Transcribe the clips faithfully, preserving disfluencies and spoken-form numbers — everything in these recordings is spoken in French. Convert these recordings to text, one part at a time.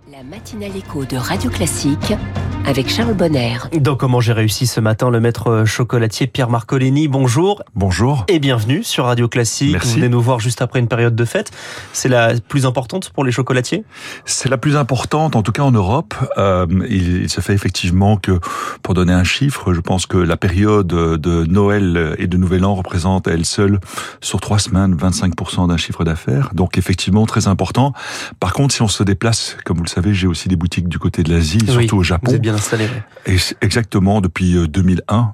La matinale écho de Radio Classique avec Charles Bonner. Dans Comment j'ai réussi ce matin, le maître chocolatier Pierre Marcolini, bonjour. Bonjour. Et bienvenue sur Radio Classique. Merci. Vous venez nous voir juste après une période de fête. C'est la plus importante pour les chocolatiers ? C'est la plus importante, en tout cas en Europe. Euh, il, il se fait effectivement que, pour donner un chiffre, je pense que la période de Noël et de Nouvel An représente à elle seule, sur trois semaines, vingt-cinq pour cent d'un chiffre d'affaires. Donc effectivement, très important. Par contre, si on se déplace, comme vous le savez, j'ai aussi des boutiques du côté de l'Asie, oui, surtout au Japon. Vous êtes bien installé. Oui. Et exactement, depuis deux mille un.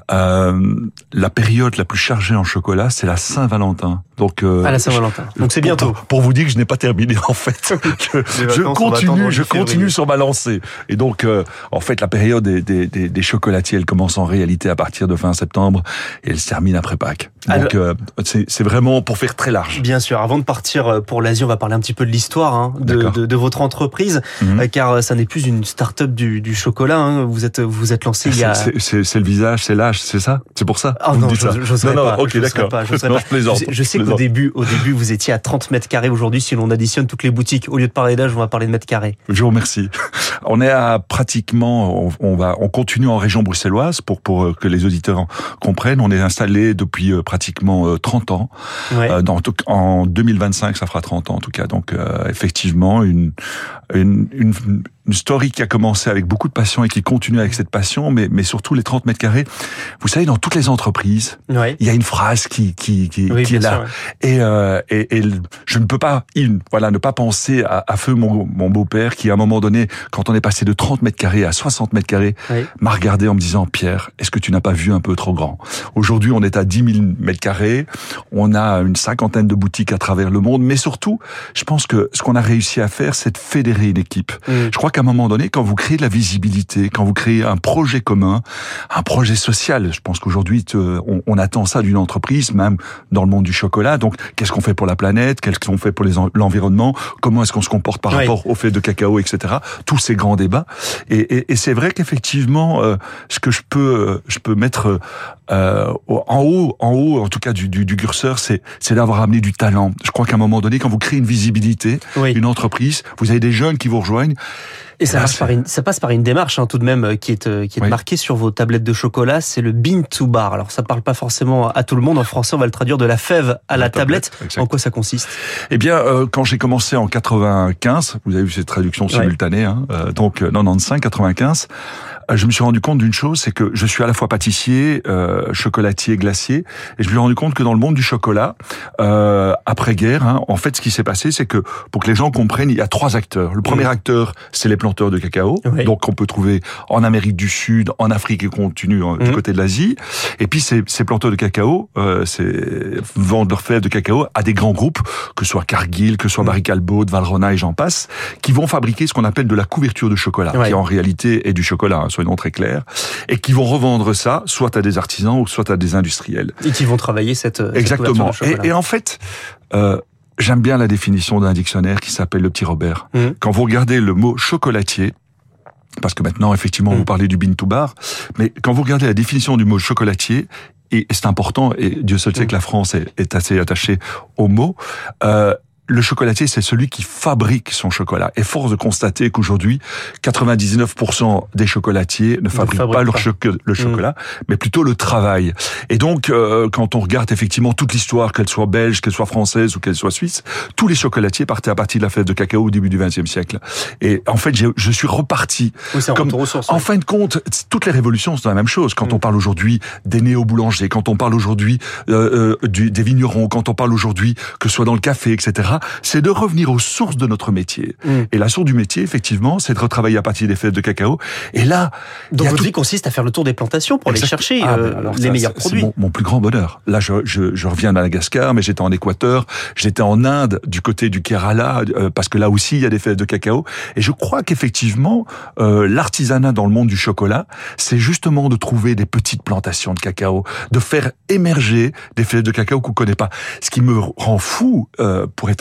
Euh, la période la plus chargée en chocolat, c'est la Saint-Valentin. Donc, euh, à la Saint-Valentin. Donc c'est bientôt. Pour, pour vous dire que je n'ai pas terminé, en fait. je, je continue, je continue sur ma lancée. Et donc, euh, en fait, la période des, des, des, des chocolatiers, elle commence en réalité à partir de fin septembre et elle se termine après Pâques. Donc, Alors, euh, c'est, c'est vraiment pour faire très large. Bien sûr. Avant de partir pour l'Asie, on va parler un petit peu de l'histoire hein, de, de, de votre entreprise, mm-hmm. car ça n'est plus une start-up du, du chocolat. Hein. Vous êtes, vous êtes lancé il y a. C'est, c'est, c'est le visage, c'est l'âge, c'est ça ? C'est pour ça ? Oh non, je n'oserais pas. Non, ok, d'accord. Pas, je, non, je plaisante. Je, je sais qu'au début, au début, vous étiez à trente mètres carrés. Aujourd'hui, si l'on additionne toutes les boutiques, au lieu de parler d'âge, on va parler de mètres carrés. Je vous remercie. On est à pratiquement, on, on va, on continue en région bruxelloise pour pour que les auditeurs comprennent. On est installé depuis pratiquement trente ans. Ouais. Euh, dans, en deux mille vingt-cinq, ça fera trente ans en tout cas. Donc euh, effectivement, une une, une une story qui a commencé avec beaucoup de passion et qui continue avec cette passion, mais, mais surtout les trente mètres carrés. Vous savez, dans toutes les entreprises, oui. il y a une phrase qui, qui, qui, oui, qui est là. Sûr, oui. Et, euh, et, et je ne peux pas, il, voilà, ne pas penser à, à feu mon, mon beau-père qui, à un moment donné, quand on est passé de trente mètres carrés à soixante mètres carrés, oui. m'a regardé en me disant, Pierre, est-ce que tu n'as pas vu un peu trop grand? Aujourd'hui, on est à dix mille mètres carrés. On a une cinquantaine de boutiques à travers le monde. Mais surtout, je pense que ce qu'on a réussi à faire, c'est de fédérer une équipe. Mm. Je crois qu'à un moment donné, quand vous créez de la visibilité, quand vous créez un projet commun, un projet social, je pense qu'aujourd'hui, on, on attend ça d'une entreprise, même dans le monde du chocolat. Donc, qu'est-ce qu'on fait pour la planète? Qu'est-ce qu'on fait pour les, l'environnement? Comment est-ce qu'on se comporte par oui. rapport au fait de cacao, et cetera. Tous ces grands débats. Et, et, et c'est vrai qu'effectivement, euh, ce que je peux, je peux mettre euh, en haut, en haut, en tout cas du, du, du curseur, c'est, c'est d'avoir amené du talent. Je crois qu'à un moment donné, quand vous créez une visibilité, oui. une entreprise, vous avez des jeunes qui vous rejoignent. Et ça, passe par une, ça passe par une démarche hein, tout de même qui est, qui est oui. marquée sur vos tablettes de chocolat, c'est le bean to bar. Alors ça parle pas forcément à tout le monde, en français on va le traduire de la fève à la, la tablette. tablette. En quoi ça consiste? Eh bien, euh, quand j'ai commencé en quatre-vingt-quinze, vous avez vu cette traduction simultanée, ouais. hein, euh, donc quatre-vingt-quinze quatre-vingt-quinze, euh, je me suis rendu compte d'une chose, c'est que je suis à la fois pâtissier, euh, chocolatier, glacier, et je me suis rendu compte que dans le monde du chocolat, euh, après-guerre, hein, en fait ce qui s'est passé, c'est que pour que les gens comprennent, il y a trois acteurs. Le premier mmh. acteur, c'est les planteurs de cacao, oui. donc on peut trouver en Amérique du Sud, en Afrique et continue mmh. du côté de l'Asie. Et puis ces, ces planteurs de cacao, euh, c'est vendent leurs fèves de cacao à des grands groupes, que ce soit Cargill, que ce soit mmh. Barry Callebaut, Valrhona et j'en passe, qui vont fabriquer ce qu'on appelle de la couverture de chocolat, oui. qui en réalité est du chocolat, hein, soyons très clairs, et qui vont revendre ça soit à des artisans ou soit à des industriels. Et qui vont travailler cette, exactement. cette couverture de chocolat. Et, et en fait. Euh, J'aime bien la définition d'un dictionnaire qui s'appelle le Petit Robert. Mmh. Quand vous regardez le mot chocolatier, parce que maintenant, effectivement, mmh. vous parlez du bean to bar, mais quand vous regardez la définition du mot chocolatier, et c'est important, et Dieu seul sait mmh. que la France est, est assez attachée au mot, euh, le chocolatier, c'est celui qui fabrique son chocolat. Et force de constater qu'aujourd'hui, quatre-vingt-dix-neuf pour cent des chocolatiers ne fabriquent ne pas, leur cho- le chocolat, mmh. mais plutôt le travail. Et donc, euh, quand on regarde effectivement toute l'histoire, qu'elle soit belge, qu'elle soit française ou qu'elle soit suisse, tous les chocolatiers partaient à partir de la fève de cacao au début du vingtième siècle. Et en fait, j'ai, je suis reparti. Oui, c'est comme, aux sources, en oui. fin de compte, toutes les révolutions, c'est la même chose. Quand mmh. on parle aujourd'hui des néo-boulangers, quand on parle aujourd'hui euh, euh, du, des vignerons, quand on parle aujourd'hui que ce soit dans le café, et cetera, c'est de revenir aux sources de notre métier. Mmh. Et la source du métier, effectivement, c'est de retravailler à partir des fèves de cacao. Et là... Donc votre tout... vie consiste à faire le tour des plantations pour exact. aller chercher ah, euh, alors, les ça, meilleurs c'est, produits. C'est mon, mon plus grand bonheur. Là, je, je, je reviens de Madagascar, mais j'étais en Équateur, j'étais en Inde, du côté du Kerala, euh, parce que là aussi, il y a des fèves de cacao. Et je crois qu'effectivement, euh, l'artisanat dans le monde du chocolat, c'est justement de trouver des petites plantations de cacao, de faire émerger des fèves de cacao qu'on ne connaît pas. Ce qui me rend fou, euh, pour être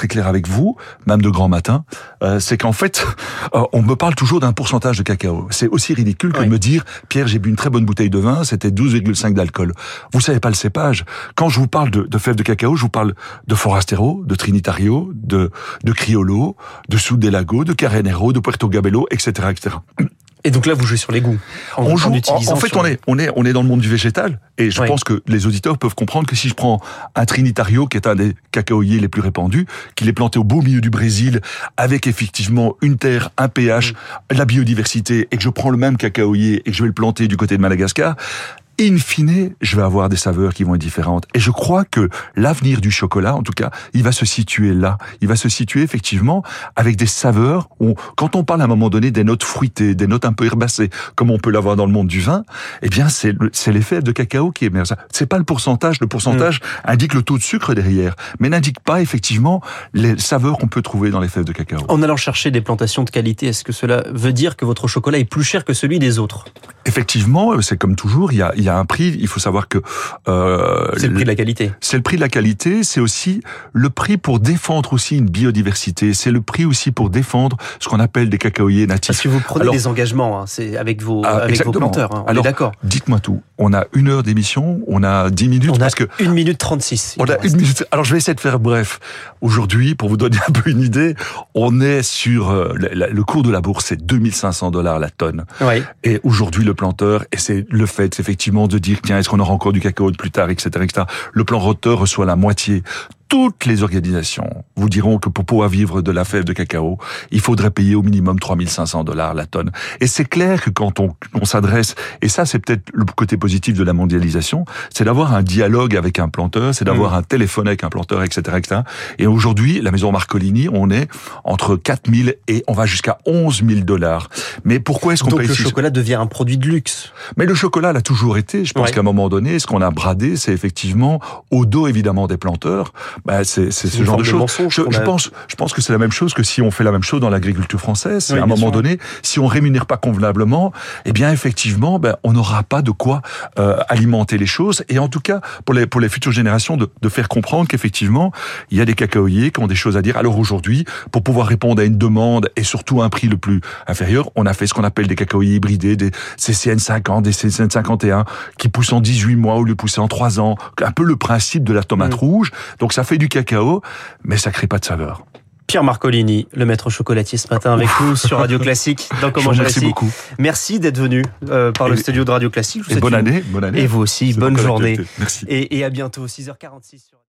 très clair avec vous, même de grand matin, euh, c'est qu'en fait, euh, on me parle toujours d'un pourcentage de cacao. C'est aussi ridicule que oui. de me dire, Pierre, j'ai bu une très bonne bouteille de vin, c'était douze virgule cinq d'alcool. Vous savez pas le cépage. Quand je vous parle de, de fèves de cacao, je vous parle de Forastero, de Trinitario, de, de Criollo, de Sud del Lago, de Carrenero, de Puerto Gabello, et cetera, et cetera. Et donc là, vous jouez sur les goûts. En, on joue. En, en, en fait, on est, on est, on est dans le monde du végétal, et je oui. pense que les auditeurs peuvent comprendre que si je prends un Trinitario, qui est un des cacaoyers les plus répandus, qu'il est planté au beau milieu du Brésil, avec effectivement une terre, un pH, mmh. la biodiversité, et que je prends le même cacaoyer et que je vais le planter du côté de Madagascar, in fine, je vais avoir des saveurs qui vont être différentes. Et je crois que l'avenir du chocolat, en tout cas, il va se situer là. Il va se situer effectivement avec des saveurs où, quand on parle à un moment donné des notes fruitées, des notes un peu herbacées, comme on peut l'avoir dans le monde du vin, eh bien, c'est, c'est les fèves de cacao qui émergent. C'est pas le pourcentage. Le pourcentage mmh. indique le taux de sucre derrière, mais n'indique pas effectivement les saveurs qu'on peut trouver dans les fèves de cacao. En allant chercher des plantations de qualité, est-ce que cela veut dire que votre chocolat est plus cher que celui des autres ? Effectivement, c'est comme toujours, il y a, il y a un prix, il faut savoir que... Euh, c'est le prix de la qualité. C'est le prix de la qualité, c'est aussi le prix pour défendre aussi une biodiversité, c'est le prix aussi pour défendre ce qu'on appelle des cacaoyers natifs. Parce que vous prenez Alors, des engagements, hein, c'est avec vos, ah, avec vos planteurs, hein, on Alors, est d'accord. Dites-moi tout, on a une heure d'émission, on a dix minutes... On parce a que une minute trente-six. On a une minute... Alors je vais essayer de faire bref. Aujourd'hui, pour vous donner un peu une idée, on est sur... Euh, le, le cours de la bourse, c'est deux mille cinq cents dollars la tonne. Oui. Et aujourd'hui, le planteur, et c'est le fait, c'est effectivement de dire, tiens, est-ce qu'on aura encore du cacao de plus tard, et cetera, et cetera. Le planteur reçoit la moitié. Toutes les organisations vous diront que pour pouvoir vivre de la fève de cacao, il faudrait payer au minimum trois mille cinq cents dollars la tonne. Et c'est clair que quand on, on s'adresse, et ça c'est peut-être le côté positif de la mondialisation, c'est d'avoir un dialogue avec un planteur, c'est d'avoir mmh. un téléphone avec un planteur, et cetera, et cetera. Et aujourd'hui, la maison Marcolini, on est entre quatre mille et on va jusqu'à onze mille dollars. Mais pourquoi est-ce qu'on Donc paye le si... chocolat devient un produit de luxe. Mais le chocolat l'a toujours été. Je pense ouais. qu'à un moment donné, ce qu'on a bradé, c'est effectivement au dos évidemment des planteurs. Bah, c'est, c'est, c'est ce genre de choses. Je, je, a... pense, je pense que c'est la même chose que si on fait la même chose dans l'agriculture française. Oui, à un moment sûr. donné, si on rémunère pas convenablement, eh bien effectivement, ben, on n'aura pas de quoi euh, alimenter les choses. Et en tout cas, pour les pour les futures générations, de, de faire comprendre qu'effectivement, il y a des cacaoyers qui ont des choses à dire. Alors aujourd'hui, pour pouvoir répondre à une demande et surtout à un prix le plus inférieur, on a fait ce qu'on appelle des cacaoyers hybridés, des C C N cinquante, des C C N cinquante et un, qui poussent en dix-huit mois au lieu de pousser en trois ans. Un peu le principe de la tomate mmh. rouge. Donc ça fait du cacao, mais ça crée pas de saveur. Pierre Marcolini, le maître chocolatier ce matin avec nous sur Radio Classique dans Comment j'ai réussi. Beaucoup. Merci d'être venu euh, par et, le studio de Radio Classique. Et bonne année, bonne année. Et vous aussi, C'est bonne journée. Merci. Et, et à bientôt, six heures quarante-six sur